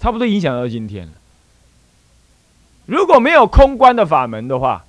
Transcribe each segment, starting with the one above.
差不多影响到今天了。如果没有空观的法门的话，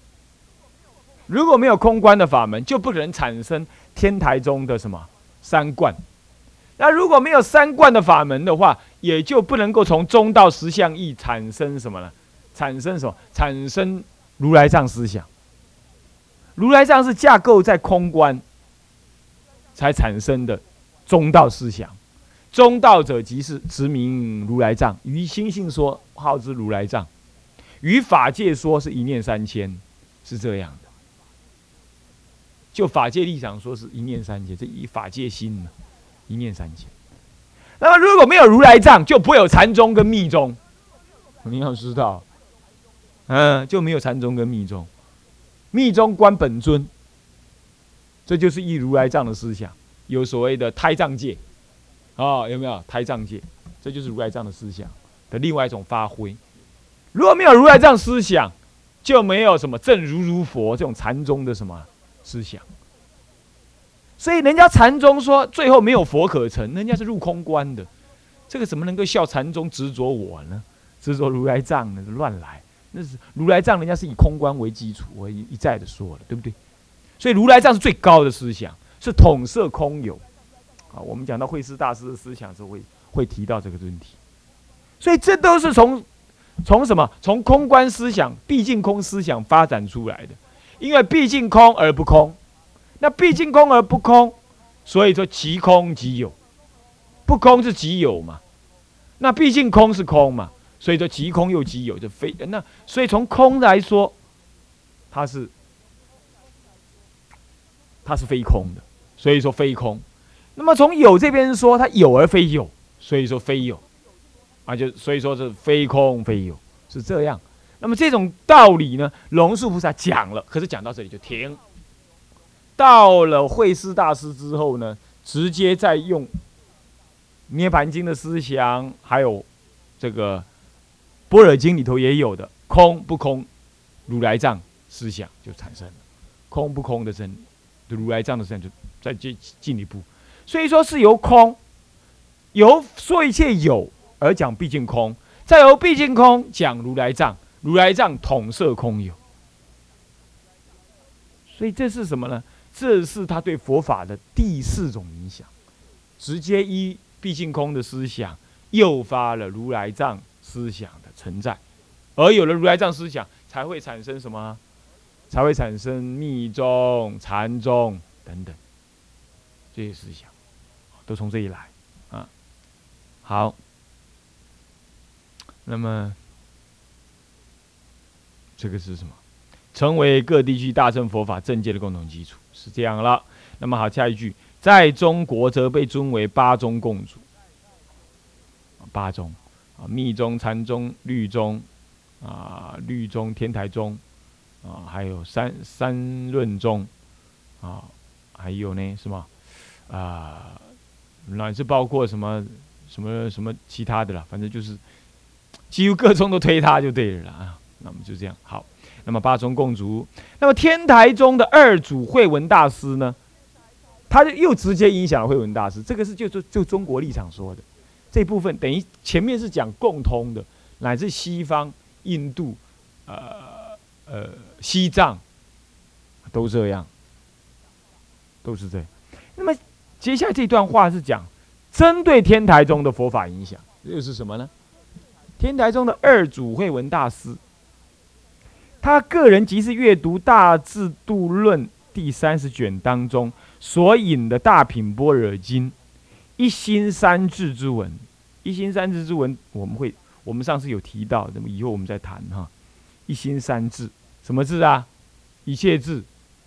就不可能产生天台宗的什么三观。那如果没有三观的法门的话，也就不能够从中道实相义产生什么呢？产生如来藏思想。如来藏是架构在空观才产生的中道思想。中道者即是直名如来藏，于心性说号之如来藏，于法界说是一念三千，是这样的。就法界立场说是一念三千，这以法界心呢，一念三千。那么如果没有如来藏，就不会有禅宗跟密宗。你要知道，就没有禅宗跟密宗。密宗观本尊，这就是依如来藏的思想，有所谓的胎藏界，有没有胎藏界？这就是如来藏的思想的另外一种发挥。如果没有如来藏思想，就没有什么正如佛这种禅宗的什么思想。所以人家禅宗说最后没有佛可成，人家是入空观的，这个怎么能够笑禅宗执着我呢？执着如来藏呢？乱来！那是如来藏，人家是以空观为基础，我一再的说了，对不对？所以如来藏是最高的思想，是统摄空有。我们讲到慧思大师的思想的时候会提到这个问题。所以这都是从什么？从空观思想、毕竟空思想发展出来的。因为毕竟空而不空。那毕竟空而不空，所以说即空即有，不空是即有嘛？那毕竟空是空嘛，所以说即空又即有，就非那所以从空来说，它是非空的，所以说非空。那么从有这边说，它有而非有，所以说非有所以说是非空非有，是这样。那么这种道理呢，龙树菩萨讲了，可是讲到这里就停。到了慧思大师之后呢，直接再用涅盘经的思想，还有这个般若经里头也有的空不空如来藏思想就产生了，空不空的真理，如来藏的思想就再进一步。所以说是由空，由说一切有而讲毕竟空，再由毕竟空讲如来藏，如来藏统摄空有。所以这是什么呢？这是他对佛法的第四种影响，直接依毕竟空的思想，诱发了如来藏思想的存在，而有了如来藏思想，才会产生什么？才会产生密宗、禅宗等等这些思想，都从这里来啊。好，那么这个是什么？成为各地区大乘佛法正界的共同基础，是这样了。那么好，下一句，在中国则被尊为八宗共主。八宗密宗、禅宗、律宗律宗、天台宗还有三论宗还有呢什么乃至包括什么其他的啦，反正就是几乎各宗都推他就对了啦那么就这样好。那么八宗共主，那么天台宗的二祖慧文大师呢，他又直接影响了慧文大师。这个是就中国立场说的这部分，等于前面是讲共通的，乃至西方、印度、西藏都这样，都是这样。那么接下来这段话是讲针对天台宗的佛法影响，又是什么呢？天台宗的二祖慧文大师。他个人即是阅读《大智度论》第30卷当中所引的大品般若经一心三智之文。一心三智之文，我们上次有提到，那么以后我们再谈哈。一心三智，什么智啊？一切智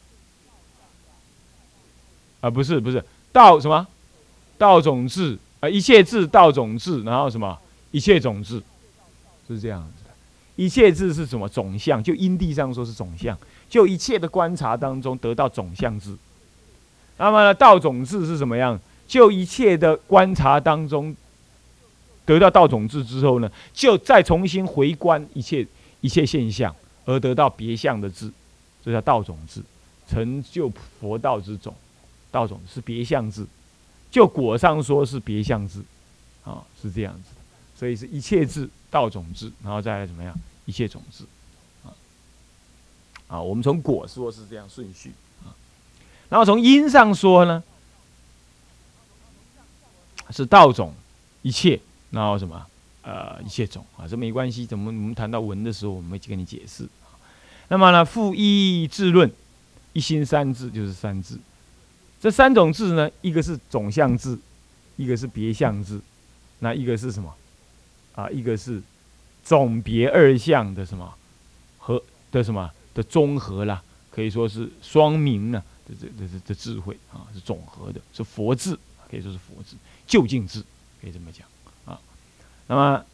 不是道什么？道种智一切智道种智，然后什么？一切种智，是这样子。一切智是什么？总相，就因地上说是总相，就一切的观察当中得到总相智。那么呢，道种智是什么样？就一切的观察当中得到道种智之后呢，就再重新回观一切现象，而得到别相的智，这叫道种智，成就佛道之种。道种是别相智，就果上说是别相智是这样子的。 所以是一切智、道种智，然后再来怎么样？一切种智。我们从果说是这样顺序啊，然后从因上说呢，是道种一切，然后什么一切种啊，这没关系。我们谈到文的时候，我们会跟你解释。那么呢，复一智论，一心三智就是三智。这三种智呢，一个是总相智，一个是别相智，那一个是什么？一个是总别二相的什么和的什么的综合啦，可以说是双明呢的智慧啊，是总和的，是佛智，可以说是佛智，究竟智，可以这么讲啊。那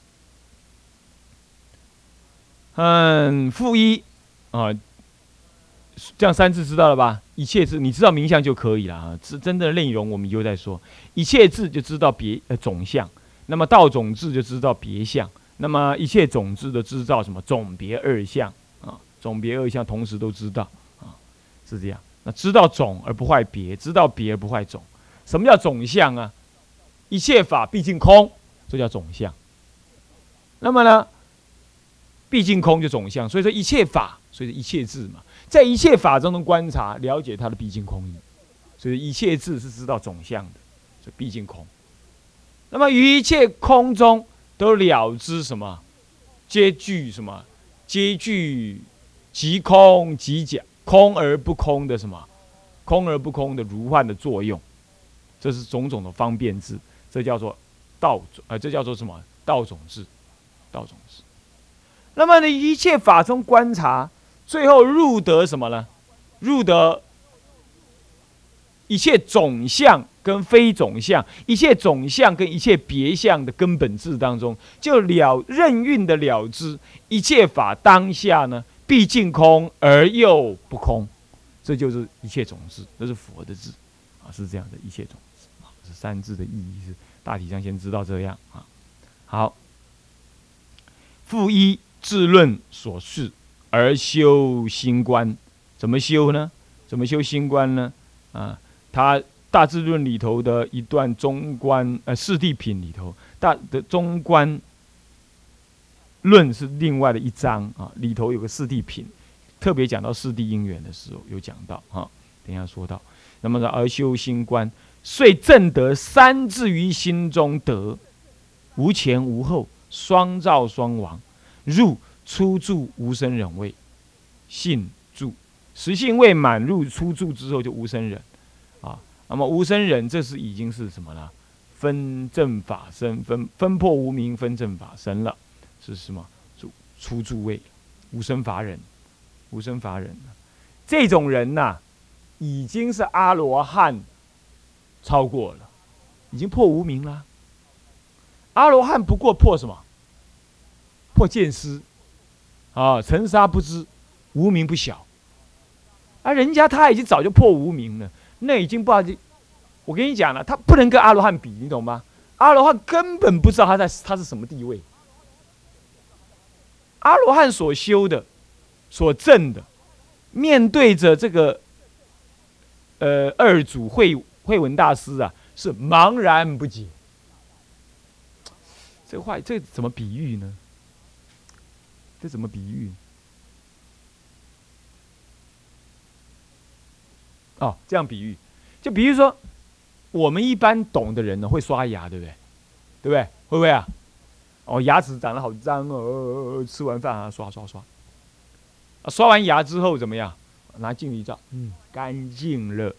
么，复一啊，这样三字知道了吧？一切智，你知道名相就可以了啊。真正的内容我们以后再说。一切智就知道总相，那么道种智就知道别相，那么一切种智的知道什么总别二相啊？总别二相同时都知道啊，是这样。那知道总而不坏别，知道别而不坏总。什么叫总相啊？一切法毕竟空，这叫总相。那么呢，毕竟空就总相，所以说一切法，所以说一切智嘛。在一切法中的观察，了解它的毕竟空义，所以一切智是知道总相的，所以毕竟空。那么于一切空中都了知什么？皆具什么？皆具即空即假，空而不空的什么？空而不空的如幻的作用，这是种种的方便智，这叫做这叫做什么？道种智，道种智。那么呢，一切法中观察。最后入得什么呢？入得一切总相跟非总相，一切总相跟一切别相的根本智当中，就任运的了知一切法当下呢，毕竟空而又不空，这就是一切种智，这是佛的智啊，是这样的一切种智啊，是三智的意义是大体上先知道这样啊。好，复一智论所示。而修心观，怎么修呢？怎么修心观呢？他大智论里头的一段中观，四谛品里头大的中观论是另外的一章啊，里头有个四谛品，特别讲到四谛因缘的时候有讲到啊，等一下说到。那么而修心观，遂证得三智于心中得，无前无后，双照双亡，入。初住无生忍位，性住实性未满入初住之后就无生忍啊。那么无生忍这是已经是什么了？分正法身，分破无明，分正法身了，是什么？初住位，无生法忍，无生法忍。这种人呐、已经是阿罗汉超过了，已经破无明了。阿罗汉不过破什么？破见思。尘沙不知，无名不晓，人家他已经早就破无名了，那已经不知道。我跟你讲了，他不能跟阿罗汉比，你懂吗？阿罗汉根本不知道他是什么地位。阿罗汉所修的、所证的，面对着这个二祖慧文大师啊，是茫然不解。这怎么比喻呢？这怎么比喻？这样比喻，就比如说，我们一般懂的人呢，会刷牙，对不对？对不对？会不会啊？牙齿长得好脏哦，吃完饭刷。刷完牙之后怎么样？拿镜子一照，干净了。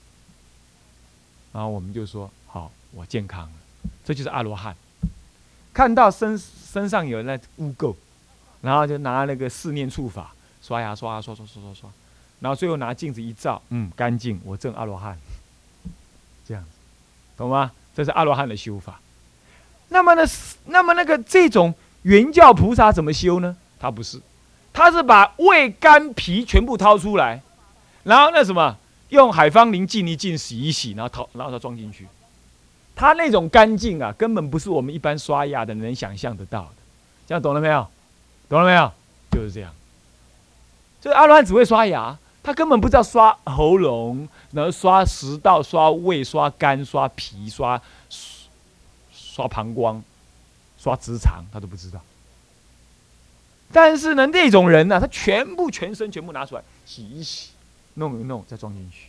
然后我们就说，好，我健康了。这就是阿罗汉，看到身上有那污垢。然后就拿那个四念处法刷牙刷，然后最后拿镜子一照，干净，我证阿罗汉，这样子，懂吗？这是阿罗汉的修法。那么那个这种原教菩萨怎么修呢？他不是，他是把胃肝脾全部掏出来，然后那什么用海芳林浸一浸，洗一洗，然后他装进去。他那种干净啊，根本不是我们一般刷牙的能想象得到的。这样懂了没有？懂了没有？就是这样。就是阿罗汉只会刷牙，他根本不知道刷喉咙，然后刷食道、刷胃、刷肝、刷脾、刷膀胱， 刷直肠，他都不知道。但是呢，那种人呢、他全身全部拿出来洗一洗，弄一弄，再装进去。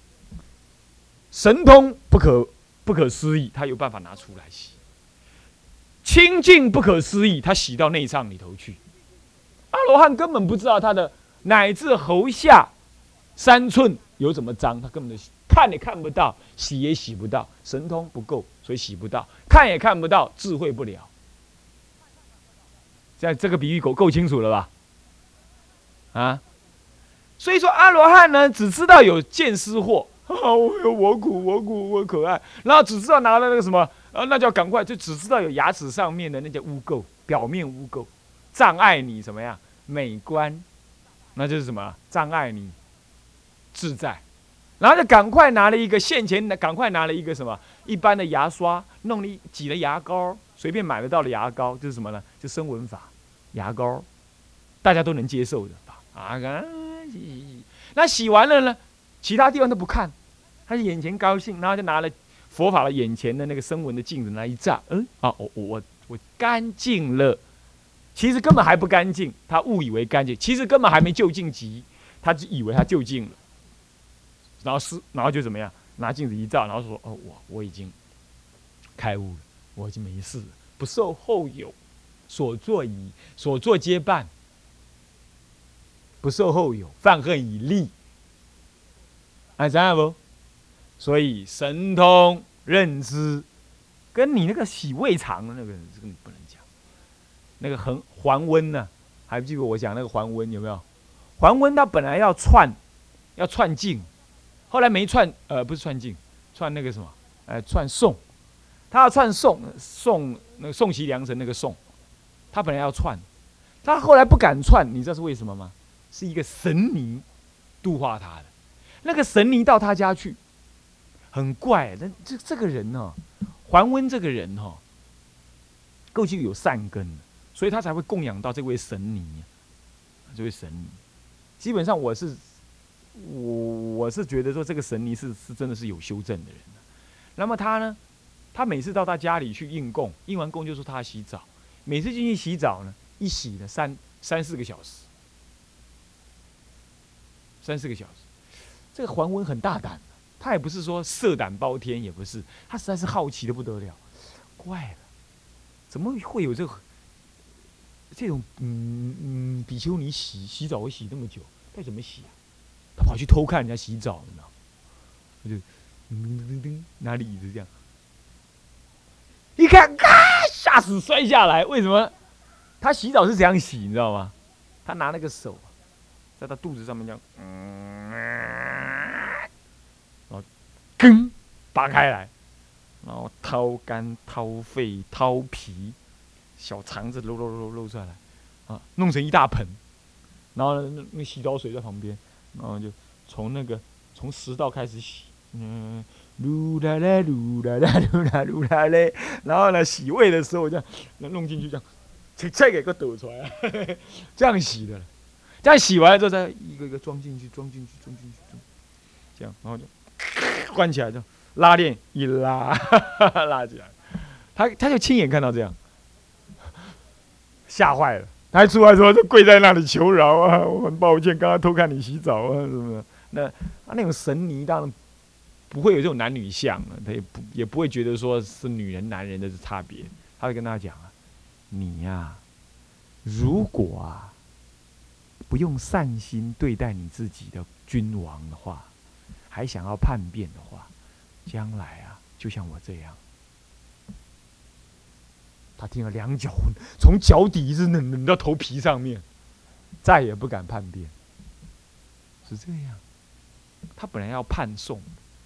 神通不可思议，他有办法拿出来洗。清净不可思议，他洗到内脏里头去。阿罗汉根本不知道他的乃至喉下3寸有怎么脏，他根本就看也看不到，洗也洗不到，神通不够，所以洗不到，看也看不到，智慧不了。这个比喻够清楚了吧？啊，所以说阿罗汉呢，只知道有见思惑，我苦我可爱，然后只知道拿了那个什么，那就要赶快，就只知道有牙齿上面的那叫污垢，表面污垢，障碍你怎么样美观，那就是什么障碍你自在，然后就赶快拿了一个现钱，赶快拿了一个什么一般的牙刷，弄了挤了牙膏，随便买得到的牙膏，就是什么呢？就声闻法牙膏，大家都能接受的法啊。那洗完了呢，其他地方都不看，他眼前高兴，然后就拿了佛法的眼前的那个声闻的镜子那一照，我干净了，其实根本还不干净，他误以为干净，其实根本还没就近急，他就以为他就近了，然后就怎么样，拿镜子一照，然后说我已经开悟了，我已经没事了，不受后有所作已，所作皆办，不受后有，犯恨已立，知道不？所以神通认知，跟你那个洗胃肠的那个这个你不能讲。那个还温呢、还记得我讲那个还温有没有？还温它本来要串净，后来没串，不是串净，串那个什么，串宋，他要串宋那个宋齐梁陈那个宋，他本来要串，他后来不敢串，你知道是为什么吗？是一个神尼度化他的，那个神尼到他家去，很怪，这个人呢、还温这个人过去有善根，所以他才会供养到这位神尼，这位神尼，基本上我是觉得说这个神尼是真的是有修正的人。那么他呢，他每次到他家里去应供，应完供就说他洗澡，每次进去洗澡呢，一洗呢3-4个小时，3-4个小时。这个还温很大胆，他也不是说色胆包天，也不是，他实在是好奇的不得了，怪了，怎么会有这种比丘尼洗澡会洗那么久？他怎么洗啊？他跑去偷看人家洗澡，你知道？他就拿了椅子这样，一看，吓死摔下来。为什么？他洗澡是这样洗，你知道吗？他拿那个手在他肚子上面这样，然后拔开来，然后掏肝、掏肺、掏皮，小肠子露出来，弄成一大盆，然后那洗澡水在旁边，然后就从食道开始洗，噜啦啦噜啦啦噜啦噜啦嘞，然后呢洗胃的时候这样弄进去，这样再给个抖出来，这样洗的，这样洗完了之后再一个一个装进去，这样，然后就关起来，就拉链一拉，拉起来，他就亲眼看到这样，吓坏了。他出来之后就跪在那里求饶啊！我很抱歉，刚刚偷看你洗澡啊什么的。那种神尼当然不会有这种男女相啊，他也不会觉得说是女人男人的差别。他会跟他讲啊，你呀、如果不用善心对待你自己的君王的话，还想要叛变的话，将来就像我这样。他听了两脚，从脚底一直冷到头皮上面，再也不敢叛变。是这样，他本来要叛宋，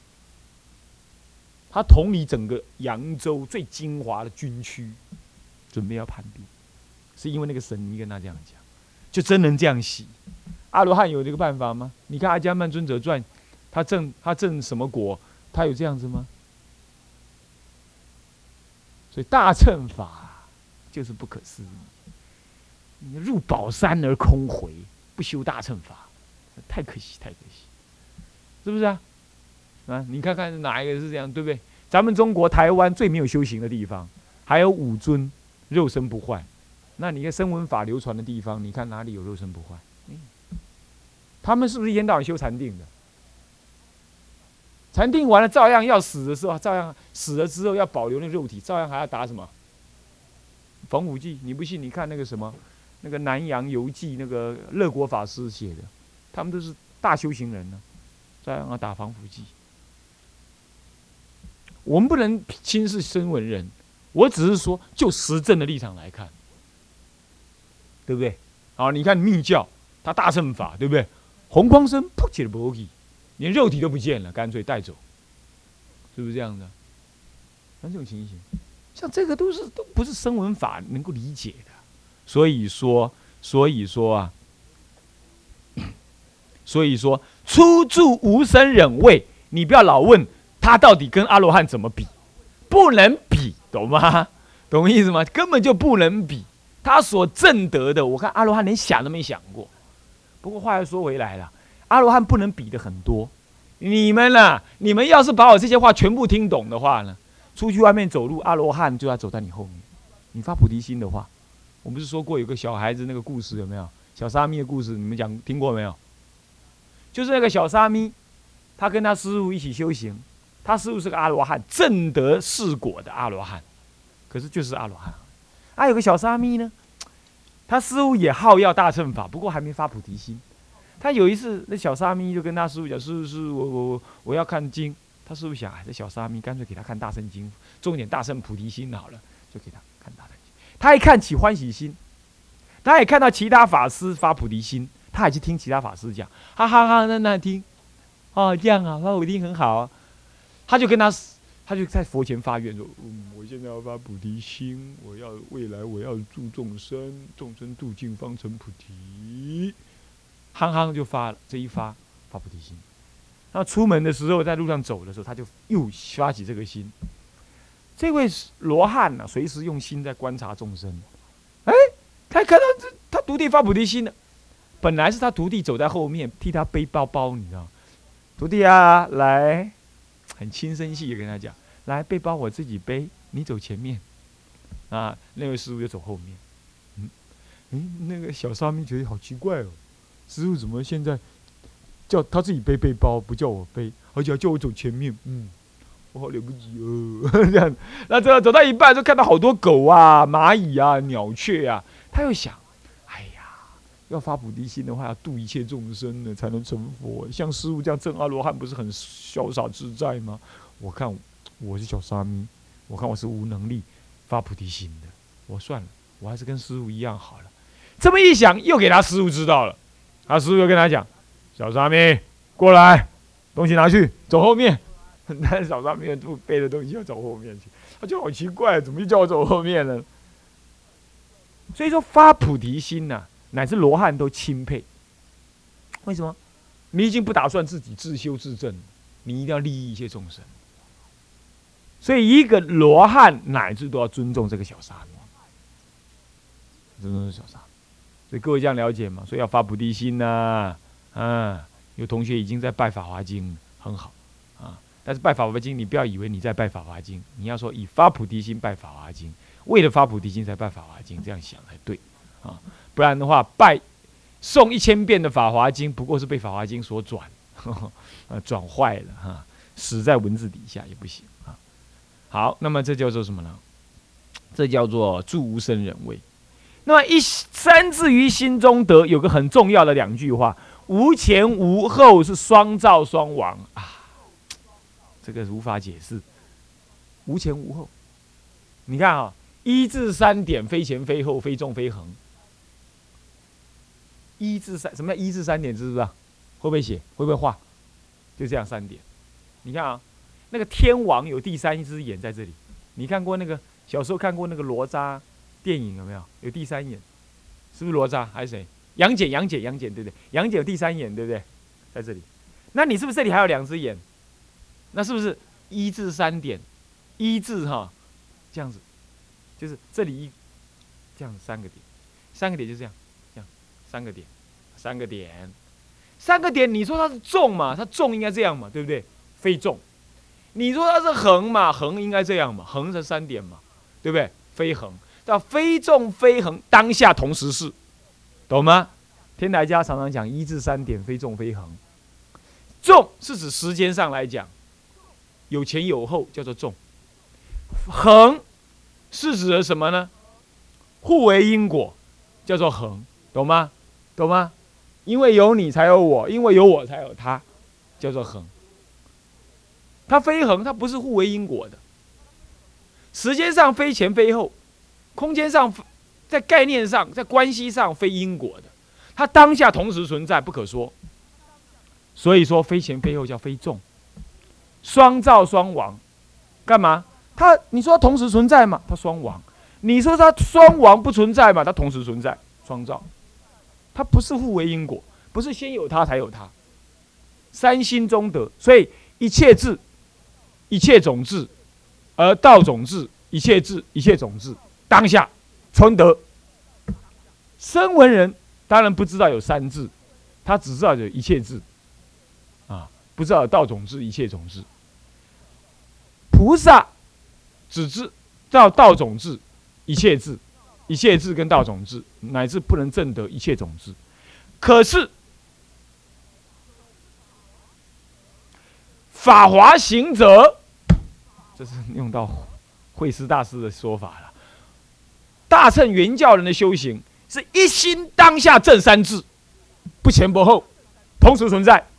他统领整个扬州最精华的军区，准备要叛变，是因为那个神尼跟他这样讲，就真能这样洗。阿罗汉有这个办法吗？你看《阿迦曼尊者传》，他证什么果？他有这样子吗？所以大乘法就是不可思议。你入宝山而空回，不修大乘法，太可惜，是不是啊？你看看哪一个是这样，对不对？咱们中国台湾最没有修行的地方，还有5尊肉身不坏。那你看声闻法流传的地方，你看哪里有肉身不坏？他们是不是一天到晚修禅定的？禅定完了，照样要死的时候，照样死了之后要保留那个肉体，照样还要打什么防腐剂？你不信？你看那个什么，那个《南洋游记》，那个乐国法师写的，他们都是大修行人呢，照样要打防腐剂。我们不能轻视声闻人，我只是说就实证的立场来看，对不对？好，你看密教，他大乘法，对不对？红光身扑起了不去，连肉体都不见了，干脆带走，是不是这样的？像这种情形，像这个都不是声闻法能够理解的。所以说初住无生忍位，你不要老问他到底跟阿罗汉怎么比，不能比，懂吗？懂我意思吗？根本就不能比。他所证得的，我看阿罗汉连想都没想过。不过话又说回来了，阿罗汉不能比的很多。你们要是把我这些话全部听懂的话呢，出去外面走路，阿罗汉就要走在你后面。你发菩提心的话，我不是说过有个小孩子那个故事有没有？小沙弥的故事，你们听过没有？就是那个小沙弥，他跟他师父一起修行，他师父是个阿罗汉，证得世果的阿罗汉，可是就是阿罗汉。有个小沙弥呢，他师父也好要大乘法，不过还没发菩提心。他有一次，那小沙弥就跟他师父讲：“师父，我要看经。”他师父想，这小沙弥干脆给他看大乘经，重点大乘菩提心好了，就给他看大乘经。他一看起欢喜心，他也看到其他法师发菩提心，他也去听其他法师讲，哈哈哈，那听，这样啊，发菩提很好啊。他就在佛前发愿说：“我现在要发菩提心，未来我要助众生，众生度尽方成菩提。”就发了，这一发菩提心。那出门的时候，在路上走的时候，他就又发起这个心。这位罗汉呢，随时用心在观察众生。他看到他徒弟发菩提心了，本来是他徒弟走在后面替他背包包，你知道吗？徒弟啊，来，很轻声细语跟他讲，来，背包我自己背，你走前面。那位师父就走后面。那个小沙弥觉得好奇怪哦。师父怎么现在叫他自己背背包，不叫我背，而且还叫我走前面？我好了不起哦，这样。那走到一半，就看到好多狗啊、蚂蚁啊、鸟雀啊。他又想，要发菩提心的话，要度一切众生呢，才能成佛。像师父这样证阿罗汉，不是很潇洒自在吗？我看我是小沙弥，我看我是无能力发菩提心的。我算了，我还是跟师父一样好了。这么一想，又给他师父知道了。他师父又跟他讲：“小沙弥，过来，东西拿去，走后面。”但是小沙弥背着东西要走后面去，他就好奇怪，怎么就叫我走后面呢？所以说发菩提心呐，乃至罗汉都钦佩。为什么？你已经不打算自己自修自证，你一定要利益一些众生。所以一个罗汉乃至都要尊重这个小沙弥，尊重小沙弥。所以各位这样了解吗？所以要发菩提心呐，有同学已经在拜法华经，很好啊。但是拜法华经，你不要以为你在拜法华经，你要说以发菩提心拜法华经，为了发菩提心才拜法华经，这样想才对啊。不然的话，诵1000遍的法华经，不过是被法华经所转，转坏了哈，死在文字底下也不行啊。好，那么这叫做什么呢？这叫做住无生忍位。那么三至于心中得，有个很重要的2句话：无前无后，是双造双亡啊。这个无法解释。无前无后，你看1至3点，非前非后，非纵非横。1至3，什么叫1至3点？知不知道？会不会写？会不会画？就这样3点。你看那个天王有第3只眼在这里。你看过那个小时候看过那个哪吒电影有没有？有第3眼，是不是哪吒还是谁？杨戬对不对？杨戬有第3眼，对不对？在这里。那你是不是这里还有2只眼？那是不是1至3点？1至这样子，就是这里这样3个点，3个点就这样，3个点，3个点，3个点。你说它是纵嘛？它纵应该这样嘛，对不对？非纵。你说它是横嘛？横应该这样嘛？横是3点嘛，对不对？非横。 叫非众非恒，当下同时是，懂吗？天台家常常讲一至三点非众非恒，众是指时间上来讲，有前有后叫做众，恒是指的什么呢？互为因果，叫做恒，懂吗？懂吗？因为有你才有我，因为有我才有他，叫做恒。它非恒，它不是互为因果的。时间上非前非后，空间上在概念上在关系上非因果的，它当下同时存在不可说。所以说非前非后叫非众，双造双亡，干嘛？你说它同时存在吗？它双亡。你说它双亡不存在吗？它同时存在，双造。它不是互为因果，不是先有它才有它。三心中得，所以一切智、一切种智，而道种智、一切智、一切种智，当下存得。声闻人当然不知道有三智，他只知道有一切智，不知道有道种智、一切种智。菩萨只知道道种智、一切智。一切智跟道种智，乃至不能证得一切种智。可是法华行者，这是用到慧思大师的说法了。大乘原教人的修行是一心当下证三智，不前不后，同时存在。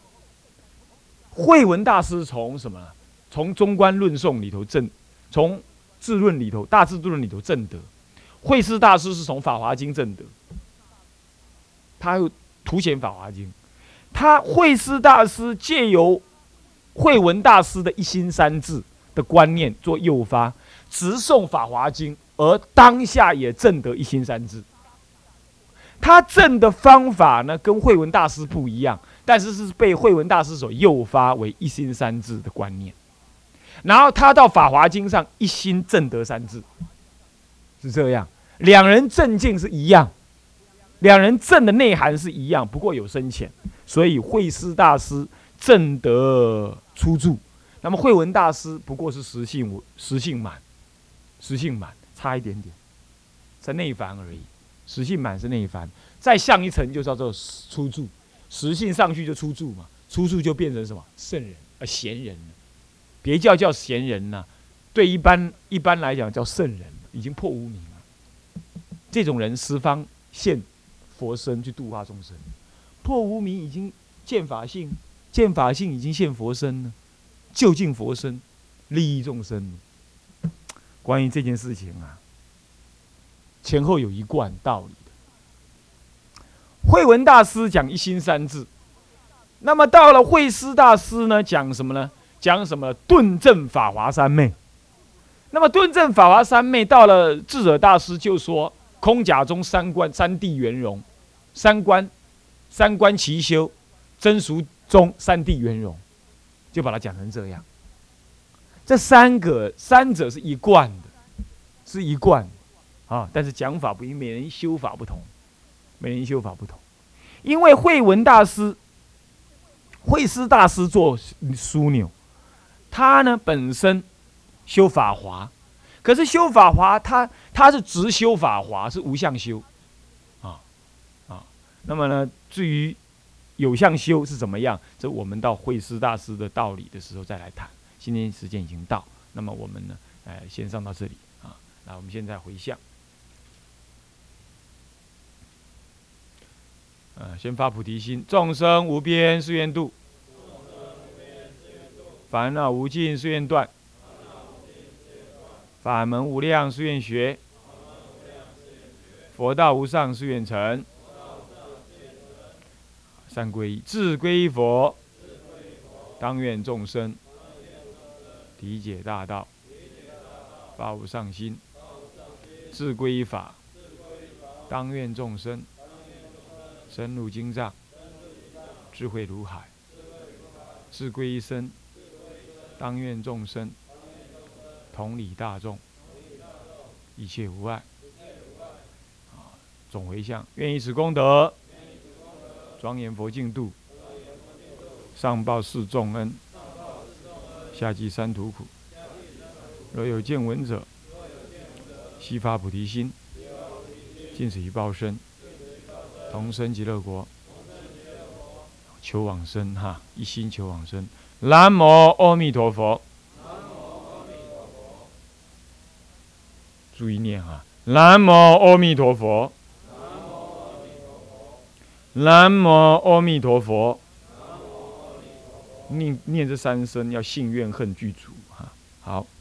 慧文大师从什么呢？从中观论颂里头证，从智论里头大智度论里头证得。慧思大师是从《法华经》证得，他又凸显《法华经》。慧思大师借由慧文大师的一心三智的观念做诱发，直诵《法华经》，而当下也证得一心三智。他证的方法呢，跟慧文大师不一样，但是是被慧文大师所诱发为一心三智的观念。然后他到《法华经》上一心证得三智。是这样，两人证境是一样，两人证的内涵是一样，不过有深浅，所以慧思大师证得出处，那么慧文大师不过是实性满，差一点点，在内凡而已。实性满是内凡，再上一层就叫做出处，实性上去就出处嘛，出处就变成什么圣人贤人了，别叫贤人呐、对一般来讲叫圣人。已经破无明了，这种人十方现佛身去度化众生，破无明已经见法性已经现佛身了，究竟佛身，利益众生。关于这件事情前后有一贯道理的。慧文大师讲一心三智，那么到了慧思大师呢，讲什么呢？讲什么顿证法华三昧。那么顿证法华三昧，到了智者大师就说空假中三观三谛圆融，三观齐修，真俗中三谛圆融，就把它讲成这样。这三者是一贯的，但是讲法不一，每人修法不同。因为慧思大师做枢纽，他呢本身修法华，可是修法华他是直修法华，是无相修，那么呢，至于有相修是怎么样，这我们到慧思大师的道理的时候再来谈。今天时间已经到，那么我们呢，先上到这里那我们现在回向，先发菩提心，众生无边誓愿度，烦恼无尽誓愿断。法门无量誓愿学，佛道无上誓愿成。三皈依，自皈依佛，当愿众生理解大道，发无上心；自皈依法，当愿众生深入经藏，智慧如海；自皈依身，当愿众生同理大众，一切无碍。总回向，愿以此功德，庄严佛净土，上报四重恩，下济三途苦。若有见闻者， 悉发菩提心，尽此一报身，同生极乐国。求往生哈，一心求往生。南无阿弥陀佛。注意念哈，南无阿弥陀佛。南无阿弥陀佛。念这三声要信愿恨具足哈。好。